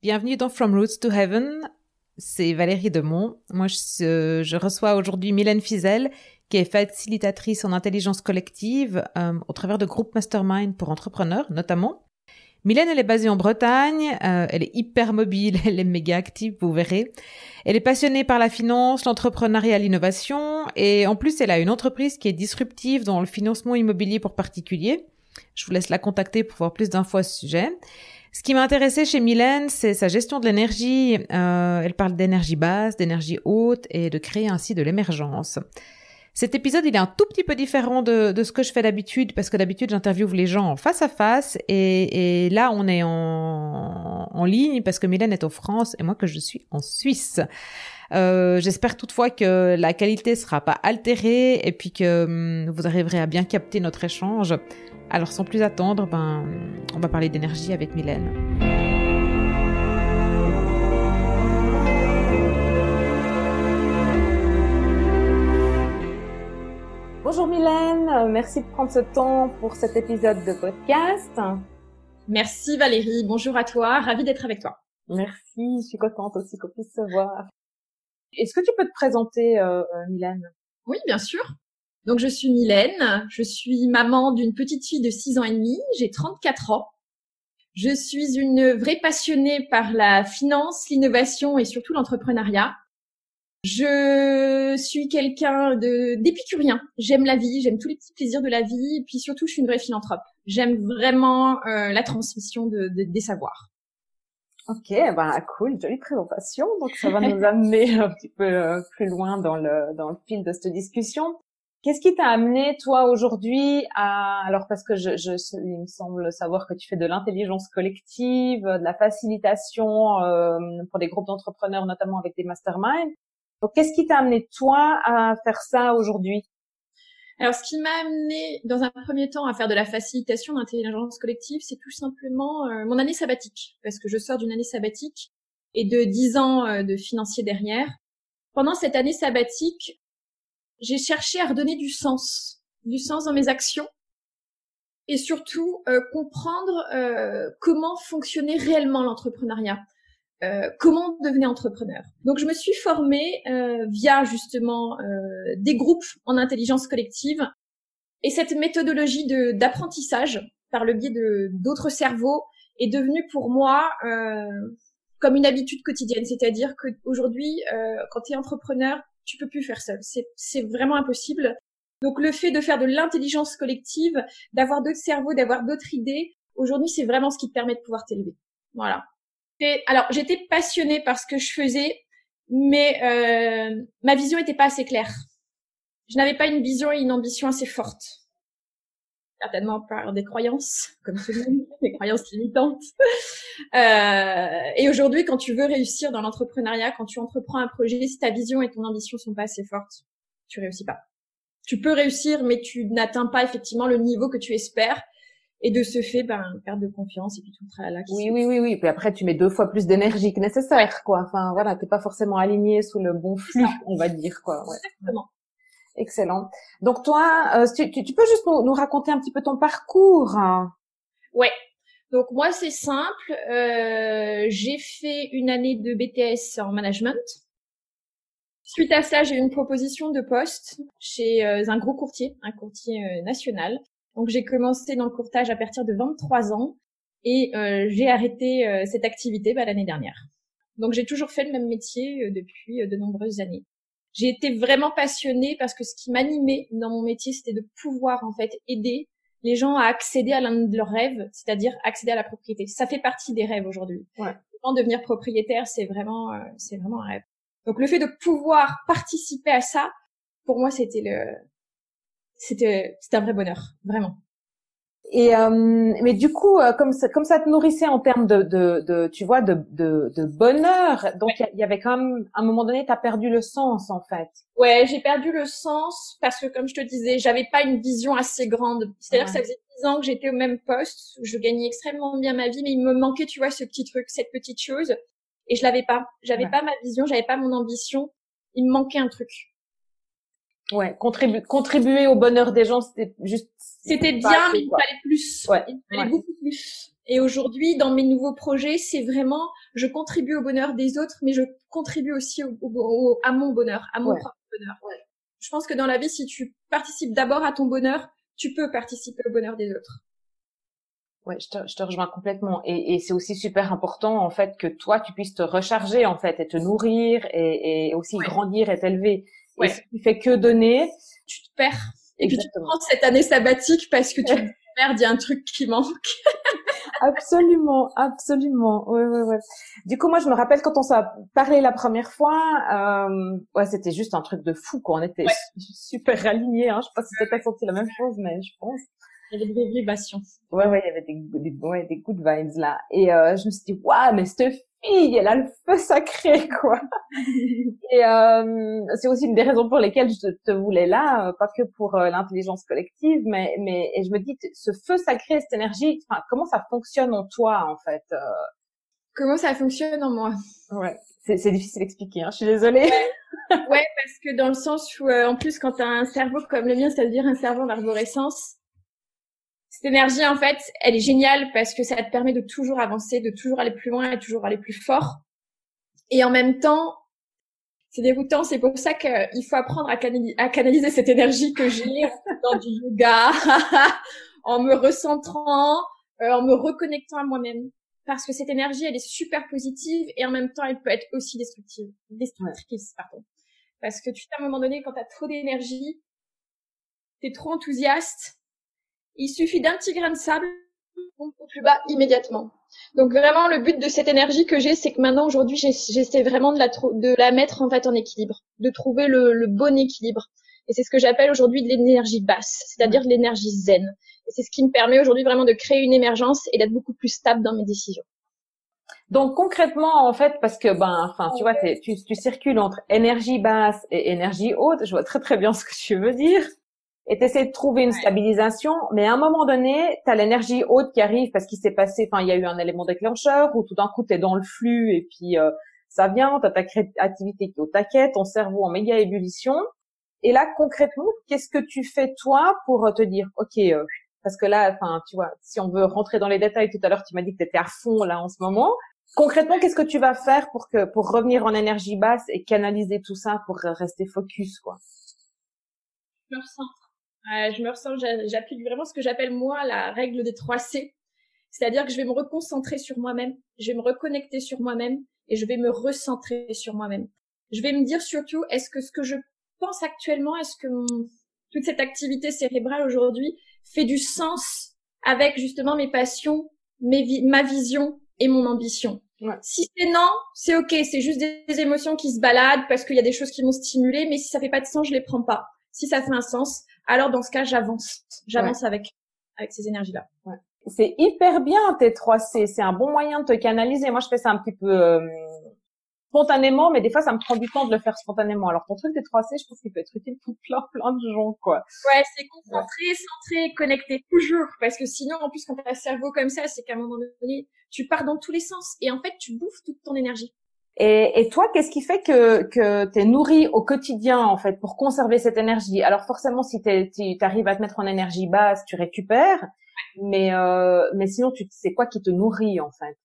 Bienvenue dans From Roots to Heaven. C'est Valérie Demont. Moi, je reçois aujourd'hui Mylène Fizel, qui est facilitatrice en intelligence collective au travers de groupes mastermind pour entrepreneurs, notamment. Mylène, elle est basée en Bretagne. Elle est hyper mobile, elle est méga active, vous verrez. Elle est passionnée par la finance, l'entrepreneuriat, l'innovation. Et en plus, elle a une entreprise qui est disruptive dans le financement immobilier pour particuliers. Je vous laisse la contacter pour voir plus d'infos à ce sujet. Ce qui m'a intéressé chez Mylène, c'est sa gestion de l'énergie. Elle parle d'énergie basse, d'énergie haute et de créer ainsi de l'émergence. Cet épisode, il est un tout petit peu différent de ce que je fais d'habitude, parce que d'habitude, j'interviewe les gens en face à face. Et là, on est en ligne parce que Mylène est en France et moi que je suis en Suisse. J'espère toutefois que la qualité sera pas altérée et puis que vous arriverez à bien capter notre échange. Alors, sans plus attendre, on va parler d'énergie avec Mylène. Bonjour Mylène, merci de prendre ce temps pour cet épisode de podcast. Merci Valérie, bonjour à toi, ravie d'être avec toi. Merci, je suis contente aussi qu'on puisse se voir. Est-ce que tu peux te présenter, Mylène ? Oui, bien sûr. Donc, je suis Mylène, je suis maman d'une petite fille de 6 ans et demi, j'ai 34 ans. Je suis une vraie passionnée par la finance, l'innovation et surtout l'entrepreneuriat. Je suis quelqu'un d'épicurien. J'aime la vie, j'aime tous les petits plaisirs de la vie et puis surtout, je suis une vraie philanthrope. J'aime vraiment la transmission des savoirs. Ok, cool, jolie présentation. Donc, ça va nous amener un petit peu plus loin dans le fil de cette discussion. Qu'est-ce qui t'a amené, toi, aujourd'hui, alors parce que il me semble savoir que tu fais de l'intelligence collective, de la facilitation pour des groupes d'entrepreneurs, notamment avec des masterminds. Donc, qu'est-ce qui t'a amené, toi, à faire ça aujourd'hui? Alors, ce qui m'a amené, dans un premier temps, à faire de la facilitation d'intelligence collective, c'est tout simplement mon année sabbatique, parce que je sors d'une année sabbatique et de 10 ans de financier derrière. Pendant cette année sabbatique, j'ai cherché à redonner du sens dans mes actions et surtout comprendre comment fonctionnait réellement l'entrepreneuriat, comment devenir entrepreneur. Donc je me suis formée via justement des groupes en intelligence collective et cette méthodologie d'apprentissage par le biais d'autres cerveaux est devenue pour moi comme une habitude quotidienne, c'est-à-dire qu'aujourd'hui quand tu es entrepreneur, tu peux plus faire seul. C'est vraiment impossible. Donc, le fait de faire de l'intelligence collective, d'avoir d'autres cerveaux, d'avoir d'autres idées, aujourd'hui, c'est vraiment ce qui te permet de pouvoir t'élever. Voilà. Alors, j'étais passionnée par ce que je faisais, mais ma vision était pas assez claire. Je n'avais pas une vision et une ambition assez fortes. Certainement par des croyances, comme tout le monde, des croyances limitantes. Et aujourd'hui, quand tu veux réussir dans l'entrepreneuriat, quand tu entreprends un projet, si ta vision et ton ambition sont pas assez fortes, tu réussis pas. Tu peux réussir, mais tu n'atteins pas effectivement le niveau que tu espères. Et de ce fait, perte de confiance et puis tout le tralala. Oui. Puis après, tu mets 2 fois plus d'énergie que nécessaire, quoi. Enfin, voilà, t'es pas forcément aligné sous le bon flux, on va dire, quoi. Ouais. Exactement. Excellent. Donc toi, tu peux juste nous raconter un petit peu ton parcours? Ouais. Donc moi c'est simple. J'ai fait une année de BTS en management. Suite à ça, j'ai eu une proposition de poste chez un gros courtier, un courtier national. Donc j'ai commencé dans le courtage à partir de 23 ans et j'ai arrêté cette activité l'année dernière. Donc j'ai toujours fait le même métier depuis de nombreuses années. J'ai été vraiment passionnée parce que ce qui m'animait dans mon métier, c'était de pouvoir en fait aider les gens à accéder à l'un de leurs rêves, c'est-à-dire accéder à la propriété. Ça fait partie des rêves aujourd'hui. Ouais. Devenir propriétaire, c'est vraiment un rêve. Donc le fait de pouvoir participer à ça, pour moi, c'était un vrai bonheur, vraiment. Et mais du coup, comme ça te nourrissait en termes tu vois, de bonheur. Donc il y avait quand même, à un moment donné, t'as perdu le sens en fait. Ouais, j'ai perdu le sens parce que, comme je te disais, j'avais pas une vision assez grande. C'est-à-dire que ça faisait 10 ans que j'étais au même poste, où je gagnais extrêmement bien ma vie, mais il me manquait, tu vois, ce petit truc, cette petite chose, et je l'avais pas. J'avais pas ma vision, j'avais pas mon ambition. Il me manquait un truc. Ouais, contribuer au bonheur des gens, c'était juste. C'était bien, mais il fallait plus. Ouais. Il fallait beaucoup plus. Et aujourd'hui, dans mes nouveaux projets, c'est vraiment, je contribue au bonheur des autres, mais je contribue aussi à mon bonheur, à mon propre bonheur. Ouais. Je pense que dans la vie, si tu participes d'abord à ton bonheur, tu peux participer au bonheur des autres. Ouais, je te rejoins complètement. Et c'est aussi super important, en fait, que toi, tu puisses te recharger, en fait, et te nourrir et aussi grandir et t'élever. Et si tu fais que donner, tu te perds. Et puis tu prends cette année sabbatique parce que tu te perds, il y a un truc qui manque. Absolument, absolument. Ouais. Du coup, moi, je me rappelle quand on s'est parlé la première fois, c'était juste un truc de fou, quoi. On était super alignés, hein. Je sais pas si t'as senti la même chose, mais je pense. Il y avait des vibrations. Ouais, il y avait des good vibes là. Et je me suis dit, waouh, mais cette fille, elle a le feu sacré, quoi. Et c'est aussi une des raisons pour lesquelles je te voulais là, pas que pour l'intelligence collective, mais et je me dis, ce feu sacré, cette énergie, enfin, comment ça fonctionne en toi, en fait Comment ça fonctionne en moi? Ouais, c'est difficile à expliquer, hein. Je suis désolée. Ouais, parce que dans le sens où, en plus, quand t'as un cerveau comme le mien, ça veut dire un cerveau en arborescence. Cette énergie, en fait, elle est géniale parce que ça te permet de toujours avancer, de toujours aller plus loin et toujours aller plus fort. Et en même temps, c'est déroutant. C'est pour ça qu'il faut apprendre à canaliser cette énergie que j'ai dans du yoga, en me recentrant, en me reconnectant à moi-même. Parce que cette énergie, elle est super positive et en même temps, elle peut être aussi destructrice, pardon. Parce que à un moment donné, quand t'as trop d'énergie, t'es trop enthousiaste, il suffit d'un petit grain de sable, on au plus bas immédiatement. Donc vraiment, le but de cette énergie que j'ai, c'est que maintenant, aujourd'hui, j'essaie vraiment de la mettre en fait en équilibre, de trouver le bon équilibre. Et c'est ce que j'appelle aujourd'hui de l'énergie basse, c'est-à-dire de l'énergie zen. Et c'est ce qui me permet aujourd'hui vraiment de créer une émergence et d'être beaucoup plus stable dans mes décisions. Donc concrètement, en fait, parce que tu vois, tu circules entre énergie basse et énergie haute. Je vois très très bien ce que tu veux dire. Et t'essaies de trouver une stabilisation, mais à un moment donné, t'as l'énergie haute qui arrive parce qu'il s'est passé, il y a eu un élément déclencheur où tout d'un coup t'es dans le flux et puis ça vient, t'as ta créativité qui est au taquet, ton cerveau en méga ébullition. Et là, concrètement, qu'est-ce que tu fais toi pour te dire, ok, parce que là, tu vois, si on veut rentrer dans les détails, tout à l'heure tu m'as dit que t'étais à fond là en ce moment. Concrètement, qu'est-ce que tu vas faire pour revenir en énergie basse et canaliser tout ça pour rester focus, quoi? Je me ressens, j'applique vraiment ce que j'appelle moi la règle des 3 C. C'est-à-dire que je vais me reconcentrer sur moi-même, je vais me reconnecter sur moi-même et je vais me recentrer sur moi-même. Je vais me dire surtout, est-ce que ce que je pense actuellement, est-ce que toute cette activité cérébrale aujourd'hui fait du sens avec justement mes passions, ma vision et mon ambition. Ouais. Si c'est non, c'est ok, c'est juste des émotions qui se baladent parce qu'il y a des choses qui m'ont stimulé, mais si ça fait pas de sens, je les prends pas. Si ça fait un sens, alors dans ce cas, j'avance avec ces énergies-là. Ouais. C'est hyper bien tes 3C, c'est un bon moyen de te canaliser. Moi, je fais ça un petit peu spontanément, mais des fois, ça me prend du temps de le faire spontanément. Alors, ton truc des 3C, je pense qu'il peut être utile pour plein de gens, quoi. Ouais, c'est concentré, centré, connecté, toujours. Parce que sinon, en plus, quand t'as un cerveau comme ça, c'est qu'à un moment donné, tu pars dans tous les sens. Et en fait, tu bouffes toute ton énergie. Et toi, qu'est-ce qui fait que t'es nourri au quotidien, en fait, pour conserver cette énergie? Alors, forcément, si t'arrives à te mettre en énergie basse, tu récupères. Mais sinon, c'est quoi qui te nourrit, en fait?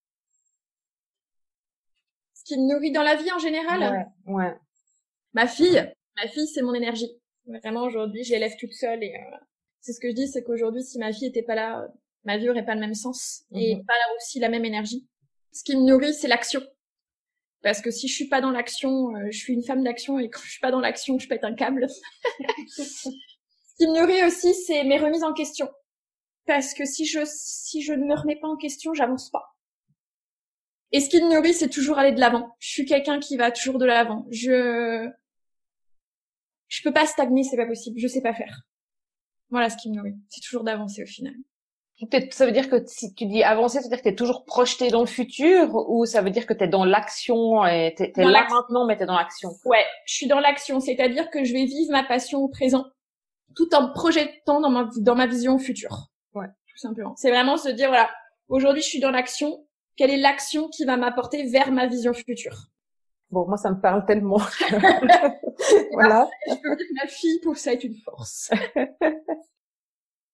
Ce qui me nourrit dans la vie en général? Ouais. Ma fille, c'est mon énergie. Vraiment, aujourd'hui, je l'élève toute seule et c'est ce que je dis, c'est qu'aujourd'hui, si ma fille était pas là, ma vie aurait pas le même sens et pas là aussi la même énergie. Ce qui me nourrit, c'est l'action. Parce que si je suis pas dans l'action, je suis une femme d'action et quand je suis pas dans l'action, je pète un câble. Ce qui me nourrit aussi, c'est mes remises en question. Parce que si je ne me remets pas en question, j'avance pas. Et ce qui me nourrit, c'est toujours aller de l'avant. Je suis quelqu'un qui va toujours de l'avant. Je peux pas stagner, c'est pas possible. Je sais pas faire. Voilà ce qui me nourrit. C'est toujours d'avancer au final. Ça veut dire que si tu dis avancer, ça veut dire que t'es toujours projeté dans le futur ou ça veut dire que t'es dans l'action et t'es là maintenant, mais t'es dans l'action? Ouais, je suis dans l'action. C'est-à-dire que je vais vivre ma passion au présent tout en me projetant dans ma vision future. Ouais. Tout simplement. C'est vraiment se dire, voilà, aujourd'hui je suis dans l'action. Quelle est l'action qui va m'apporter vers ma vision future? Bon, moi, ça me parle tellement. Voilà. Je peux dire que ma fille, pour ça, est une force.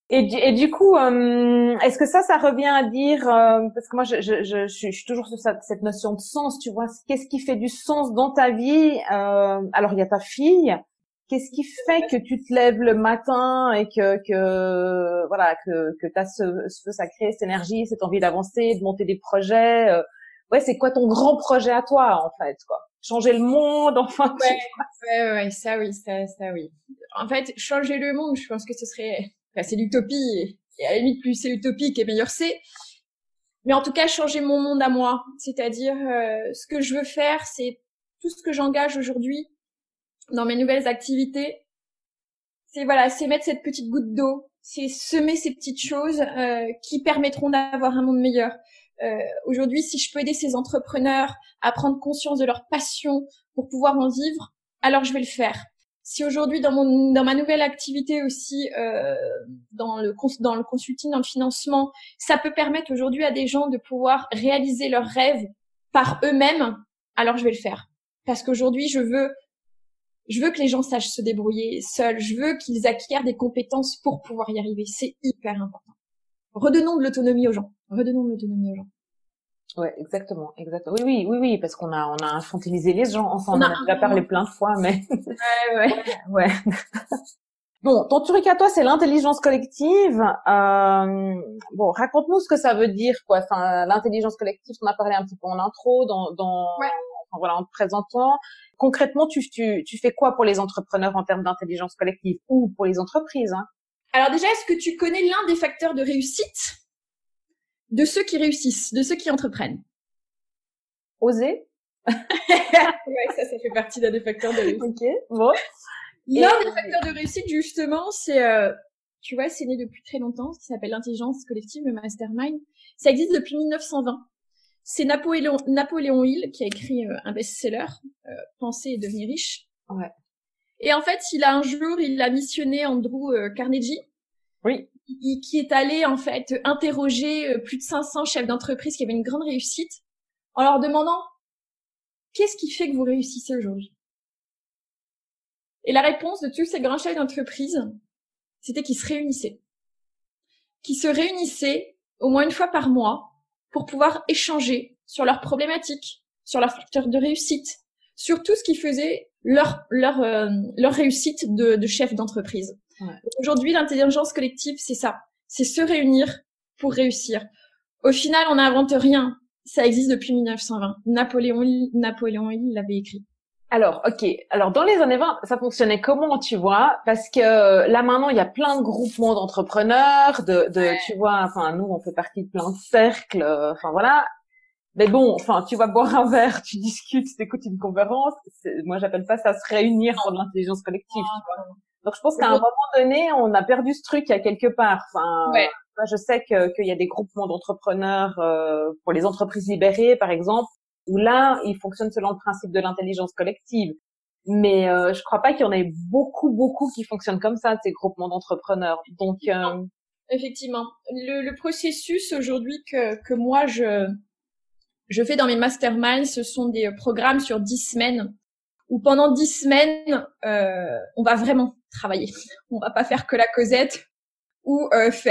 Et du coup, est-ce que ça revient à dire, parce que moi, je suis toujours sur cette notion de sens, tu vois, qu'est-ce qui fait du sens dans ta vie? Alors, il y a ta fille. Qu'est-ce qui fait que tu te lèves le matin et voilà, que t'as ce feu sacré, cette énergie, cette envie d'avancer, de monter des projets? Ouais, c'est quoi ton grand projet à toi, en fait, quoi? Changer le monde, enfin. Ouais, ça oui, ça oui. En fait, changer le monde, je pense que ce serait, enfin, c'est l'utopie, et à la limite, plus c'est utopique et meilleur c'est. Mais en tout cas, changer mon monde à moi. C'est-à-dire, ce que je veux faire, c'est tout ce que j'engage aujourd'hui dans mes nouvelles activités. C'est voilà, c'est mettre cette petite goutte d'eau, c'est semer ces petites choses qui permettront d'avoir un monde meilleur. Aujourd'hui, si je peux aider ces entrepreneurs à prendre conscience de leur passion pour pouvoir en vivre, alors je vais le faire. Si aujourd'hui dans ma nouvelle activité aussi dans le consulting, dans le financement, ça peut permettre aujourd'hui à des gens de pouvoir réaliser leurs rêves par eux-mêmes, alors je vais le faire. Parce qu'aujourd'hui, je veux que les gens sachent se débrouiller seuls. Je veux qu'ils acquièrent des compétences pour pouvoir y arriver. C'est hyper important. Redonnons de l'autonomie aux gens. Redonnons de l'autonomie aux gens. Ouais, exactement. Oui, parce qu'on a infantilisé les gens. Enfin, on en a déjà parlé plein de fois, mais. Ouais. Bon, ton truc à toi, c'est l'intelligence collective. Bon, raconte-nous ce que ça veut dire, quoi. Enfin, l'intelligence collective, on a parlé un petit peu en intro, enfin, voilà, en te présentant. Concrètement, tu fais quoi pour les entrepreneurs en termes d'intelligence collective ou pour les entreprises, hein? Alors déjà, est-ce que tu connais l'un des facteurs de réussite de ceux qui réussissent, de ceux qui entreprennent? Oser. Ouais, ça fait partie d'un des facteurs de réussite. Ok, bon. L'un des facteurs de réussite, justement, c'est, tu vois, c'est né depuis très longtemps, ce qui s'appelle l'intelligence collective, le mastermind. Ça existe depuis 1920. C'est Napoléon Hill qui a écrit un best-seller, Penser et devenir riche. Ouais. Et en fait, il a missionné Andrew Carnegie. Oui. Qui est allé, en fait, interroger plus de 500 chefs d'entreprise qui avaient une grande réussite en leur demandant qu'est-ce qui fait que vous réussissez aujourd'hui? Et la réponse de tous ces grands chefs d'entreprise, c'était qu'ils se réunissaient. Qu'ils se réunissaient au moins une fois par mois pour pouvoir échanger sur leurs problématiques, sur leurs facteurs de réussite, sur tout ce qui faisait leur réussite de chef d'entreprise. Ouais. Aujourd'hui, l'intelligence collective, c'est ça. C'est se réunir pour réussir. Au final, on n'invente rien. Ça existe depuis 1920. Napoléon Hill l'avait écrit. Alors, ok. Alors, dans les années 20, ça fonctionnait comment, tu vois? Parce que là, maintenant, il y a plein de groupements d'entrepreneurs, tu vois, enfin, nous, on fait partie de plein de cercles, enfin, voilà. Mais bon, enfin, tu vas boire un verre, tu discutes, tu écoutes une conférence. Moi, j'appelle pas ça se réunir pour de l'intelligence collective, tu vois. Donc, je pense qu'à un moment donné, on a perdu ce truc à quelque part. Enfin, moi, je sais qu'il y a des groupements d'entrepreneurs pour les entreprises libérées, par exemple, où là, ils fonctionnent selon le principe de l'intelligence collective. Mais je crois pas qu'il y en ait beaucoup qui fonctionnent comme ça, ces groupements d'entrepreneurs. Donc, effectivement, le processus aujourd'hui que moi je fais dans mes masterminds, ce sont des programmes sur 10 semaines où pendant 10 semaines, on va vraiment travailler. On va pas faire que la causette ou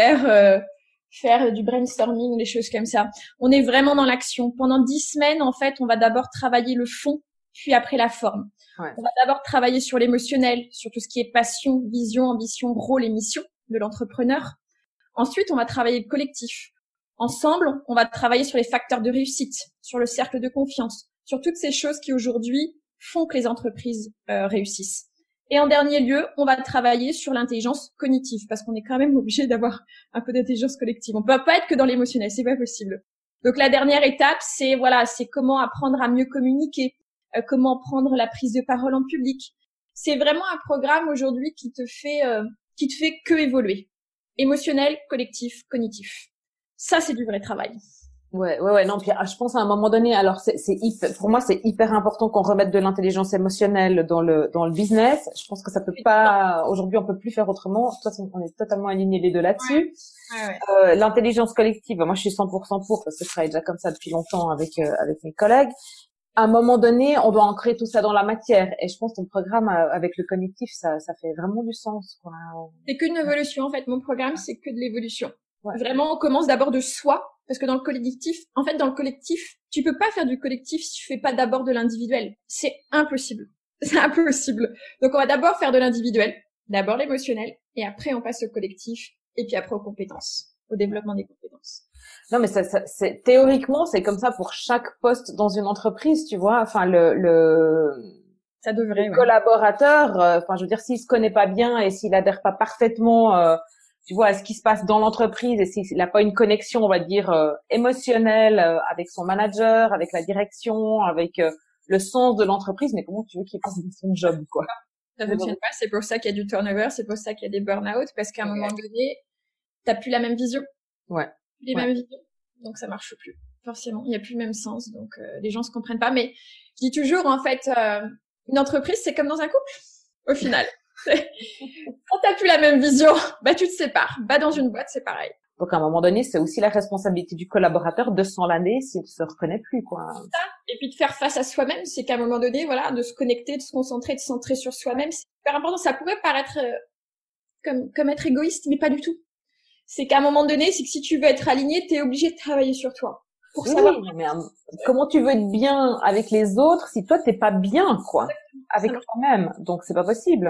faire du brainstorming, des choses comme ça. On est vraiment dans l'action. Pendant 10 semaines, en fait, on va d'abord travailler le fond, puis après la forme. Ouais. On va d'abord travailler sur l'émotionnel, sur tout ce qui est passion, vision, ambition, rôle et mission de l'entrepreneur. Ensuite, on va travailler le collectif. Ensemble, on va travailler sur les facteurs de réussite, sur le cercle de confiance, sur toutes ces choses qui aujourd'hui font que les entreprises réussissent. Et en dernier lieu, on va travailler sur l'intelligence cognitive, parce qu'on est quand même obligé d'avoir un peu d'intelligence collective. On peut pas être que dans l'émotionnel, c'est pas possible. Donc la dernière étape, c'est comment apprendre à mieux communiquer, comment prendre la prise de parole en public. C'est vraiment un programme aujourd'hui qui te fait que évoluer. Émotionnel, collectif, cognitif. Ça, c'est du vrai travail. Ouais, non, puis je pense à un moment donné, alors pour moi, c'est hyper important qu'on remette de l'intelligence émotionnelle dans le business. Je pense que ça peut pas, aujourd'hui, on peut plus faire autrement. De toute façon, on est totalement alignés les deux là-dessus. Ouais. L'intelligence collective, moi, je suis 100% pour, parce que je travaille déjà comme ça depuis longtemps avec mes collègues. à un moment donné, on doit ancrer tout ça dans la matière. Et je pense que ton programme avec le cognitif, ça fait vraiment du sens, quoi. C'est qu'une évolution, en fait. Mon programme, c'est que de l'évolution. Ouais. Vraiment, on commence d'abord de soi. Parce que dans le collectif, tu peux pas faire du collectif si tu fais pas d'abord de l'individuel. C'est impossible. C'est impossible. Donc, on va d'abord faire de l'individuel, d'abord l'émotionnel, et après, on passe au collectif, et puis après aux compétences, au développement des compétences. Non, mais c'est théoriquement, c'est comme ça pour chaque poste dans une entreprise, tu vois. Enfin, Ça devrait, le collaborateur, enfin, je veux dire, s'il se connaît pas bien et s'il adhère pas parfaitement, tu vois, à ce qui se passe dans l'entreprise et s'il n'a pas une connexion, on va dire, émotionnelle avec son manager, avec la direction, avec le sens de l'entreprise, mais comment tu veux qu'il fasse son job, quoi? Ça fonctionne pas. C'est pour ça qu'il y a du turnover, c'est pour ça qu'il y a des burn-out, parce qu'à un moment donné, t'as plus la même vision. Ouais. Les mêmes visions. Donc ça marche plus. Forcément, il y a plus le même sens. Donc les gens se comprennent pas. Mais je dis toujours, en fait, une entreprise, c'est comme dans un couple, au final. Quand t'as plus la même vision, bah tu te sépares. Bah dans une boîte, c'est pareil. Donc à un moment donné, c'est aussi la responsabilité du collaborateur de s'en l'année s'il se reconnaît plus, quoi. Ça, et puis de faire face à soi-même, c'est qu'à un moment donné, voilà, de se connecter, de se concentrer, de se centrer sur soi-même, c'est super important. Ça pourrait paraître comme être égoïste, mais pas du tout. C'est qu'à un moment donné, c'est que si tu veux être aligné, t'es obligé de travailler sur toi. Pour savoir. Oui, mais comment tu veux être bien avec les autres si toi t'es pas bien, quoi, avec toi-même. Donc c'est pas possible.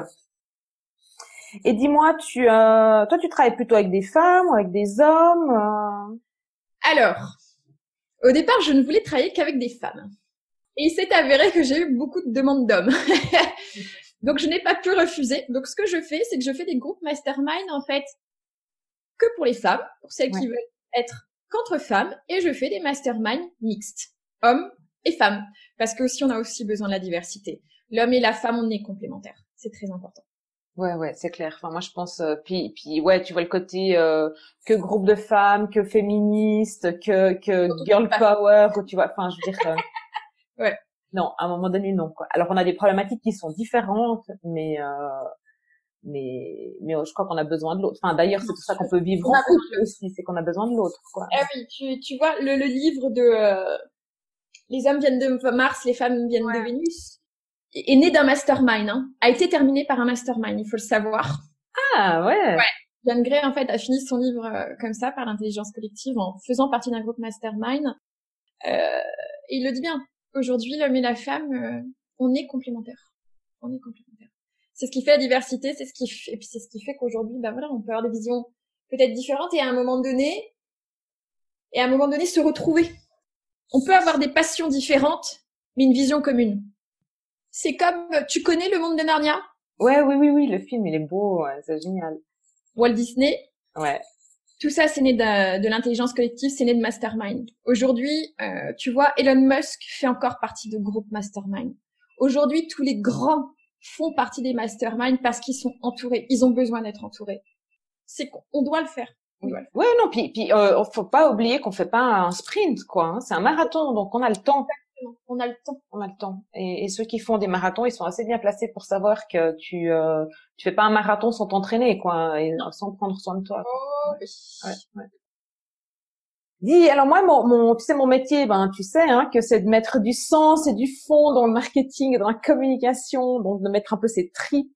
Et dis-moi, toi tu travailles plutôt avec des femmes ou avec des hommes Alors, au départ, je ne voulais travailler qu'avec des femmes. Et il s'est avéré que j'ai eu beaucoup de demandes d'hommes. Donc je n'ai pas pu refuser. Donc ce que je fais, c'est que je fais des groupes mastermind, en fait, que pour les femmes, pour celles qui veulent être qu'entre femmes, et je fais des masterminds mixtes, hommes et femmes, parce que aussi on a aussi besoin de la diversité. L'homme et la femme, on est complémentaires. C'est très important. Ouais, c'est clair. Enfin, moi, je pense, puis, ouais, tu vois le côté que groupe de femmes, que féministes, que girl power, que tu vois. Enfin, je veux dire, ouais. Non, à un moment donné, non, quoi. Alors, on a des problématiques qui sont différentes, mais je crois qu'on a besoin de l'autre. Enfin, d'ailleurs, c'est pour ça qu'on peut vivre en couple aussi, c'est qu'on a besoin de l'autre, quoi. Ah oui, tu vois, le livre de Les hommes viennent de Mars, les femmes viennent de Vénus est né d'un mastermind, hein. A été terminé par un mastermind, il faut le savoir. Ah ouais. John Gray, en fait, a fini son livre comme ça, par l'intelligence collective, en faisant partie d'un groupe mastermind. Et il le dit bien. Aujourd'hui, l'homme et la femme, on est complémentaires. On est complémentaires. C'est ce qui fait la diversité, et puis c'est ce qui fait qu'aujourd'hui, bah voilà, on peut avoir des visions peut-être différentes et à un moment donné se retrouver. On peut avoir des passions différentes, mais une vision commune. C'est comme, tu connais Le Monde de Narnia? Ouais, oui, le film, il est beau, ouais, c'est génial. Walt Disney. Ouais. Tout ça, c'est né de l'intelligence collective, c'est né de mastermind. Aujourd'hui, tu vois, Elon Musk fait encore partie de groupes mastermind. Aujourd'hui, tous les grands font partie des masterminds parce qu'ils sont entourés. Ils ont besoin d'être entourés. C'est qu'on doit le faire. Ouais, non, puis faut pas oublier qu'on fait pas un sprint, quoi. Hein. C'est un marathon, donc on a le temps. Exactement. On a le temps. Et ceux qui font des marathons, ils sont assez bien placés pour savoir que tu fais pas un marathon sans t'entraîner, quoi, et sans prendre soin de toi. Oh, oui. Ouais. Dis, alors moi, tu sais, mon métier, tu sais, hein, que c'est de mettre du sens et du fond dans le marketing et dans la communication, donc de mettre un peu ses tripes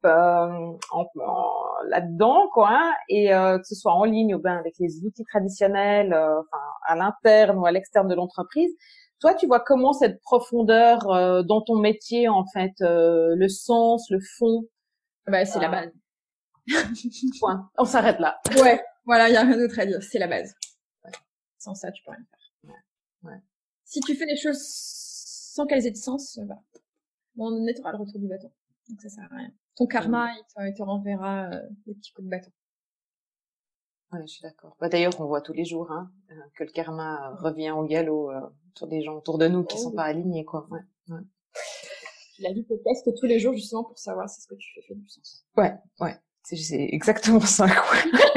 là-dedans, quoi, hein, et que ce soit en ligne ou bien avec les outils traditionnels, à l'interne ou à l'externe de l'entreprise. Toi, tu vois comment cette profondeur dans ton métier, en fait, le sens, le fond. Bah, c'est la base. Point. On s'arrête là. Ouais. Voilà, il y a rien d'autre à dire. C'est la base. Sans ça, tu peux rien faire. Ouais. Si tu fais les choses sans qu'elles aient de sens, on aura le retour du bâton. Donc ça sert à rien. Ton karma, il te renverra des petits coups de bâton. Ouais, je suis d'accord. D'ailleurs, on voit tous les jours que le karma revient au galop sur des gens autour de nous qui sont pas alignés, quoi. Ouais. La vie te teste tous les jours justement pour savoir si ce que tu fais du sens. Ouais. C'est exactement ça, quoi.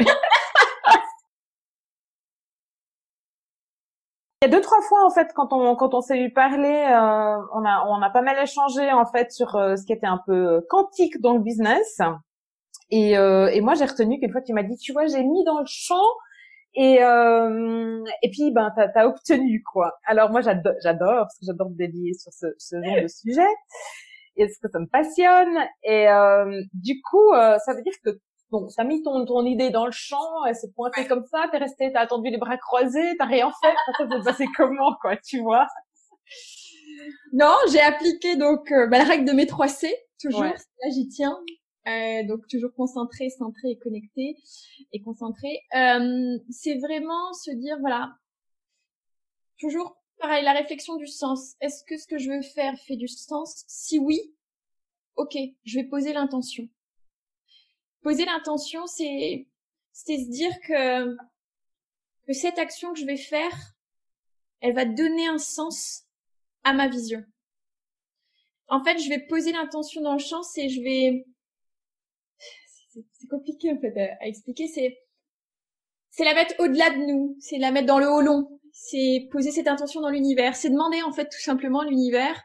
Il y a 2-3 fois, en fait, quand on s'est eu parler, on a pas mal échangé, en fait, sur ce qui était un peu quantique dans le business. Et moi, j'ai retenu qu'une fois, tu m'as dit, tu vois, j'ai mis dans le champ Et puis ben t'as obtenu quoi. Alors moi j'adore parce que j'adore dévier sur ce genre de sujet et parce que ça me passionne. Et du coup ça veut dire que bon, t'as mis ton idée dans le champ, elle s'est pointée comme ça, t'as attendu les bras croisés, t'as rien fait. Ça s'est passé comment quoi, tu vois? Non, j'ai appliqué donc la règle de mes 3 C toujours. Ouais. Là j'y tiens. Donc toujours concentré, centré et connecté et concentré. C'est vraiment se dire voilà, toujours pareil, la réflexion du sens. Est-ce que ce que je veux faire fait du sens? Si oui, ok, je vais poser l'intention. Poser l'intention, c'est se dire que cette action que je vais faire, elle va donner un sens à ma vision. En fait, je vais poser l'intention dans le champ, c'est je vais c'est compliqué en fait à expliquer, c'est la mettre au-delà de nous, c'est la mettre dans le holon, c'est poser cette intention dans l'univers, c'est demander en fait tout simplement à l'univers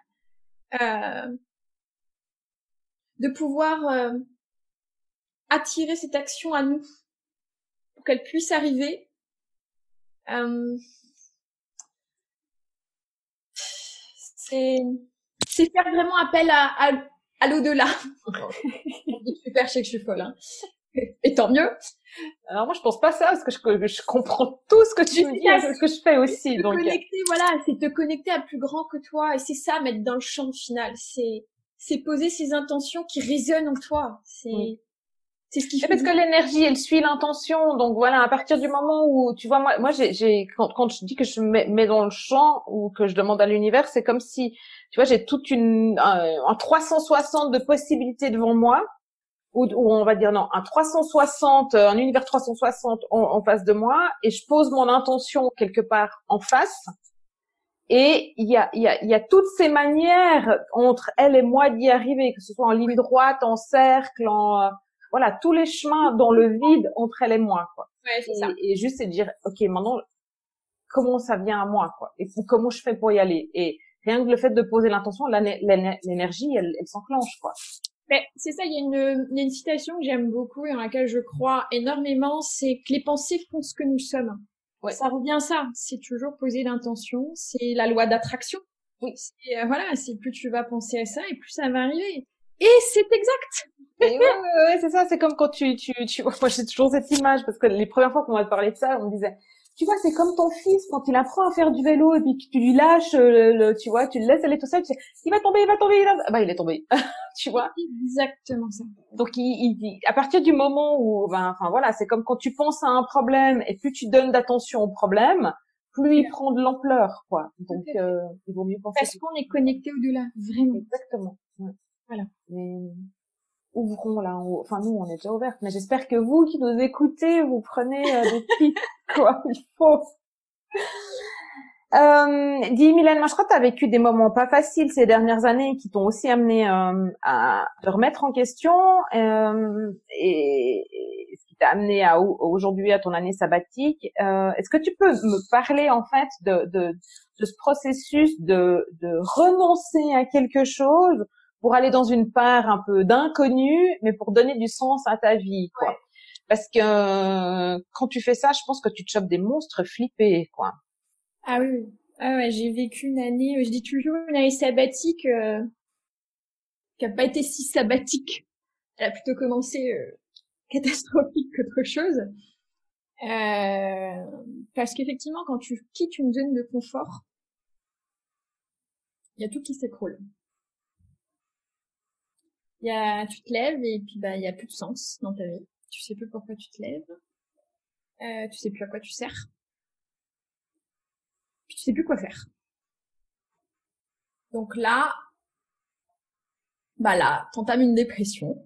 de pouvoir attirer cette action à nous pour qu'elle puisse arriver. C'est faire vraiment appel à l'au-delà. Je suis perchée que je suis folle, hein. Et tant mieux. Alors moi je pense pas ça parce que je comprends tout ce que tu me dis et ce que je fais aussi. Te Donc connecter, voilà, c'est te connecter à plus grand que toi et c'est ça mettre dans le champ final. C'est poser ces intentions qui résonnent en toi. C'est ce qui fait. Parce que l'énergie, elle suit l'intention. Donc voilà, à partir du moment où, tu vois, moi, quand je dis que je mets dans le champ ou que je demande à l'univers, c'est comme si, tu vois, j'ai toute un 360 de possibilités devant moi, ou on va dire non, un 360, un univers 360 en face de moi, et je pose mon intention quelque part en face. Et il y a toutes ces manières entre elle et moi d'y arriver, que ce soit en ligne droite, en cercle, voilà, tous les chemins dans le vide entre elle et moi, quoi. Ouais, c'est ça. Et juste c'est de dire, ok, maintenant, comment ça vient à moi, quoi. Et comment je fais pour y aller. Et rien que le fait de poser l'intention, l'énergie, elle s'enclenche, quoi. Mais c'est ça, il y a une citation que j'aime beaucoup et dans laquelle je crois énormément, c'est que les pensées font ce que nous sommes. Ouais. Ça revient à ça. C'est toujours poser l'intention. C'est la loi d'attraction. Oui. Voilà, c'est plus tu vas penser à ça et plus ça va arriver. Et c'est exact. Et ouais, c'est ça. C'est comme quand tu moi, j'ai toujours cette image parce que les premières fois qu'on m'a parlé de ça, on me disait, tu vois, c'est comme ton fils quand il apprend à faire du vélo et puis que tu lui lâches, tu vois, tu le laisses aller tout seul, tu sais, il va tomber, bah, il est tombé. Tu vois. Exactement ça. Donc, à partir du moment où, enfin voilà, c'est comme quand tu penses à un problème et plus tu donnes d'attention au problème, plus il prend de l'ampleur, quoi. Donc, il vaut mieux penser. Parce qu'on est connecté au-delà, vraiment. Exactement. Ouais. Voilà. Mais ouvrons là, enfin nous, on est déjà ouvertes, mais j'espère que vous qui nous écoutez, vous prenez des tips, quoi. Il faut. Dis Mylène, moi je crois que tu as vécu des moments pas faciles ces dernières années qui t'ont aussi amené à te remettre en question et ce qui t'a amené à aujourd'hui à ton année sabbatique. Est-ce que tu peux me parler en fait de ce processus de renoncer à quelque chose pour aller dans une part un peu d'inconnu, mais pour donner du sens à ta vie, quoi. Ouais. Parce que quand tu fais ça, je pense que tu te chopes des monstres flippés, quoi. Ah oui. Ah ouais, j'ai vécu une année, je dis toujours une année sabbatique qui a pas été si sabbatique. Elle a plutôt commencé catastrophique qu'autre chose. Parce qu'effectivement, quand tu quittes une zone de confort, il y a tout qui s'écroule. Tu te lèves et puis il y a plus de sens dans ta vie. Tu sais plus pourquoi tu te lèves. Tu sais plus à quoi tu sers. Puis tu sais plus quoi faire. Donc là, t'entames une dépression.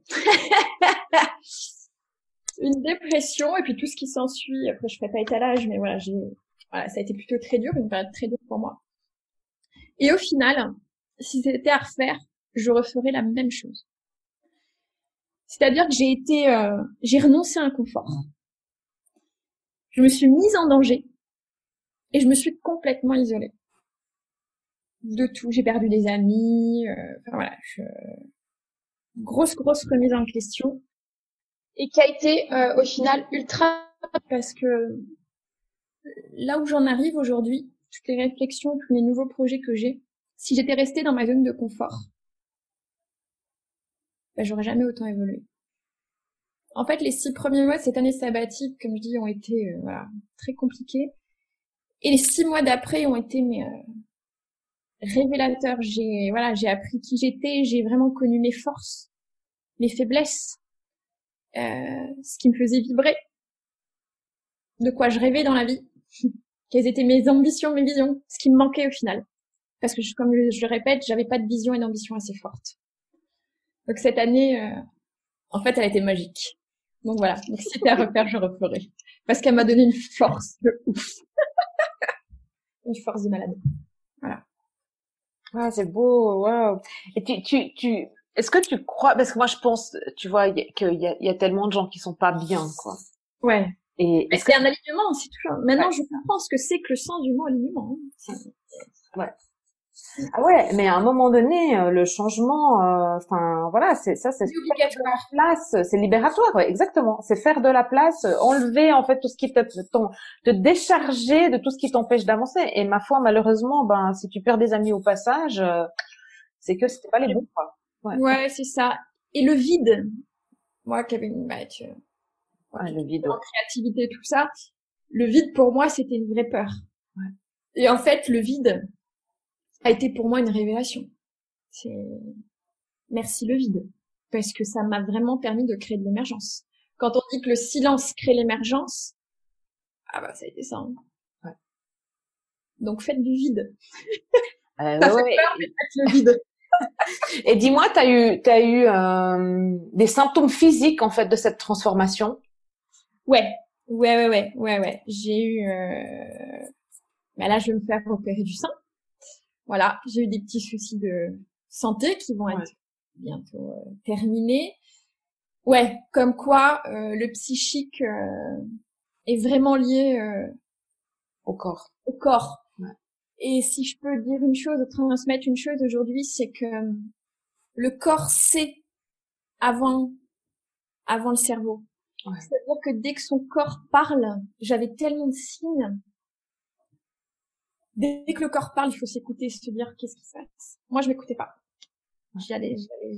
Une dépression et puis tout ce qui s'ensuit. Après, je ferai pas étalage, mais voilà, ça a été plutôt très dur, une période très dure pour moi. Et au final, si c'était à refaire, je referais la même chose. C'est-à-dire que j'ai renoncé à un confort. Je me suis mise en danger et je me suis complètement isolée. De tout. J'ai perdu des amis, enfin voilà, grosse remise en question et qui a été au final ultra parce que là où j'en arrive aujourd'hui, toutes les réflexions, tous les nouveaux projets que j'ai, si j'étais restée dans ma zone de confort, ben, j'aurais jamais autant évolué. En fait, les 6 premiers mois de cette année sabbatique, comme je dis, ont été voilà, très compliqués. Et les 6 mois d'après ont été révélateurs. J'ai appris qui j'étais, j'ai vraiment connu mes forces, mes faiblesses, ce qui me faisait vibrer, de quoi je rêvais dans la vie, quelles étaient mes ambitions, mes visions, ce qui me manquait au final. Parce que, comme je le répète, j'avais pas de vision et d'ambition assez forte. Donc cette année, en fait, elle a été magique. Donc voilà, donc si c'était à refaire, je referais. Parce qu'elle m'a donné une force de ouf. Une force de malade. Voilà. Ah, c'est beau, waouh. Et est-ce que tu crois, parce que moi je pense, tu vois, qu'il y a tellement de gens qui sont pas bien, quoi. Ouais. Et est-ce que c'est un alignement, c'est toujours. Maintenant, je comprends ce que c'est que le sens du mot alignement. Hein. Ouais. Ah ouais, mais à un moment donné, le changement, enfin voilà, c'est obligatoire. Place, c'est libératoire, ouais, exactement. C'est faire de la place, enlever en fait tout ce qui te décharger de tout ce qui t'empêche d'avancer. Et ma foi, malheureusement, ben si tu perds des amis au passage, c'est que c'était pas les bons, quoi. Ouais, c'est ça. Et le vide, moi qui avais une le vide, en créativité, tout ça, le vide pour moi c'était une vraie peur. Ouais. Et en fait, le vide a été pour moi une révélation. Merci le vide, parce que ça m'a vraiment permis de créer de l'émergence. Quand on dit que le silence crée l'émergence, ah bah ça a été ça. Hein. Ouais. Donc faites du vide. Ça fait peur, mais faites le vide. Et dis-moi, t'as eu des symptômes physiques en fait de cette transformation? Ouais. J'ai eu. Bah là, je vais me faire opérer du sein. Voilà, j'ai eu des petits soucis de santé qui vont être bientôt terminés. Ouais, comme quoi le psychique est vraiment lié au corps. Au corps. Ouais. Et si je peux dire une chose, transmettre une chose aujourd'hui, c'est que le corps sait avant le cerveau. Ouais. C'est-à-dire que dès que son corps parle, j'avais tellement de signes. Dès que le corps parle, il faut s'écouter, se dire qu'est-ce qui se passe. Moi, je m'écoutais pas. J'y allais.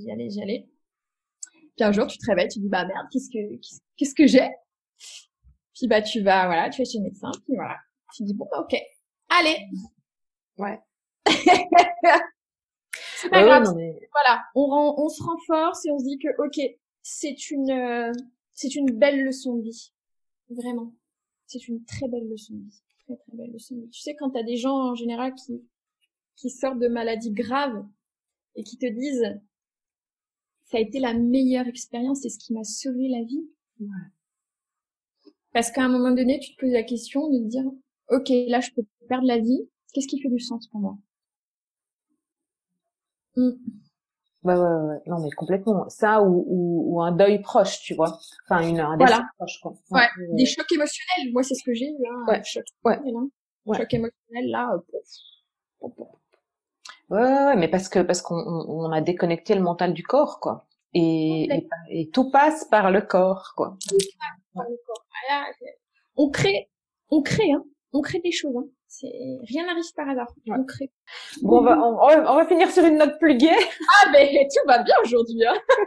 Puis un jour, tu te réveilles, tu dis bah merde, qu'est-ce que j'ai? Puis bah tu vas chez le médecin, puis voilà. Tu dis bon bah ok, allez. Ouais. C'est pas grave. Voilà, on se renforce et on se dit que ok, c'est une belle leçon de vie. Vraiment. C'est une très belle leçon de vie. Très très belle leçon de vie. Tu sais, quand t'as des gens en général qui sortent de maladies graves et qui te disent ça a été la meilleure expérience, c'est ce qui m'a sauvé la vie. Ouais. Parce qu'à un moment donné, tu te poses la question de te dire ok, là je peux perdre la vie, qu'est-ce qui fait du sens pour moi? Ouais. Non, mais complètement. Ça ou un deuil proche, tu vois. Enfin, un décès proche, quoi. Ouais. Des chocs émotionnels. Moi, c'est ce que j'ai eu, hein. Ouais. Choc émotionnel, hein. Ouais. Choc émotionnel, là. Ouais, mais parce qu'on a déconnecté le mental du corps, quoi. Et tout passe par le corps, quoi. Par le corps. Voilà. On crée, hein. On crée des choses, hein. Rien n'arrive par hasard. Ouais. On crée. Bon, on va finir sur une note plus gaie. Ah, mais tout va bien aujourd'hui,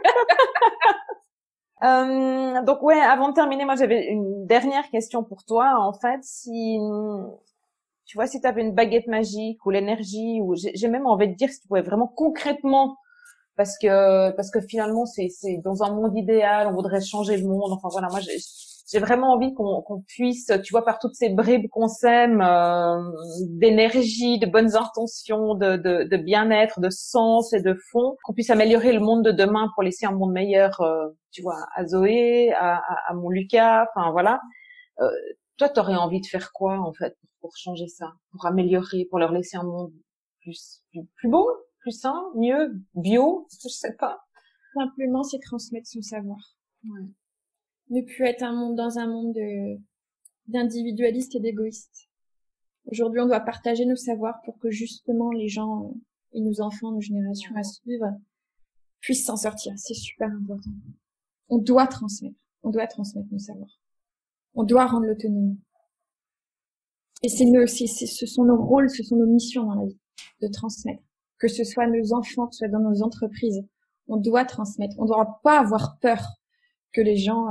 hein. Donc ouais, avant de terminer, moi j'avais une dernière question pour toi. En fait, si tu vois, si tu avais une baguette magique ou l'énergie, ou j'ai même envie de dire si tu pouvais vraiment concrètement, parce que finalement c'est dans un monde idéal, on voudrait changer le monde. Enfin voilà, moi j'ai vraiment envie qu'on puisse, tu vois, par toutes ces bribes qu'on sème, d'énergie, de bonnes intentions, de bien-être, de sens et de fond, qu'on puisse améliorer le monde de demain pour laisser un monde meilleur, tu vois, à Zoé, à mon Lucas, enfin voilà. Toi, t'aurais envie de faire quoi en fait pour changer ça, pour améliorer, pour leur laisser un monde plus beau, plus sain, mieux, bio, je sais pas. Simplement, c'est transmettre son savoir. Ouais. Ne plus être dans un monde d'individualistes et d'égoïstes. Aujourd'hui, on doit partager nos savoirs pour que justement les gens et nos enfants, nos générations à suivre puissent s'en sortir. C'est super important. On doit transmettre nos savoirs. On doit rendre l'autonomie. Et ce sont nos rôles, ce sont nos missions dans la vie, de transmettre. Que ce soit nos enfants, que ce soit dans nos entreprises, on doit transmettre. On ne doit pas avoir peur que les gens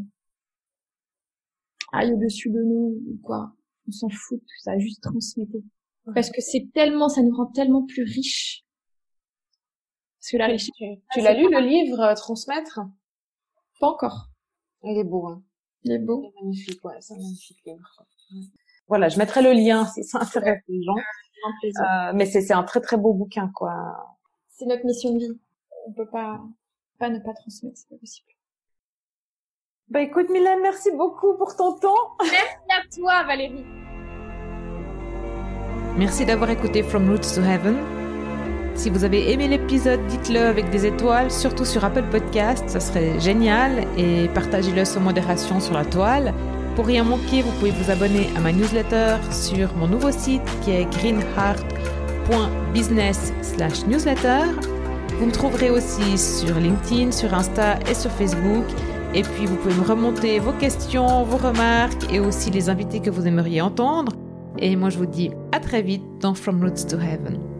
aillent au-dessus de nous ou quoi. On s'en fout de tout ça, juste transmettez. Parce que ça nous rend tellement plus riches. Parce que la richesse. Tu l'as lu, le livre Transmettre? Pas encore. Il est beau, hein. Il est beau. C'est magnifique, ouais, c'est un magnifique livre. Voilà, je mettrai le lien si ça intéresse les gens. Mais c'est un très très beau bouquin, quoi. C'est notre mission de vie. On peut pas ne pas transmettre, c'est pas possible. Bah écoute Mylène, merci beaucoup pour ton temps. Merci à toi Valérie. Merci d'avoir écouté From Roots to Heaven. Si vous avez aimé l'épisode, dites-le avec des étoiles, surtout sur Apple Podcast, ça serait génial, et partagez-le sans modération sur la toile. Pour rien manquer, vous pouvez vous abonner à ma newsletter sur mon nouveau site qui est greenheart.business/newsletter. Vous me trouverez aussi sur LinkedIn, sur Insta et sur Facebook. Et puis, vous pouvez me remonter vos questions, vos remarques et aussi les invités que vous aimeriez entendre. Et moi, je vous dis à très vite dans From Roots to Heaven.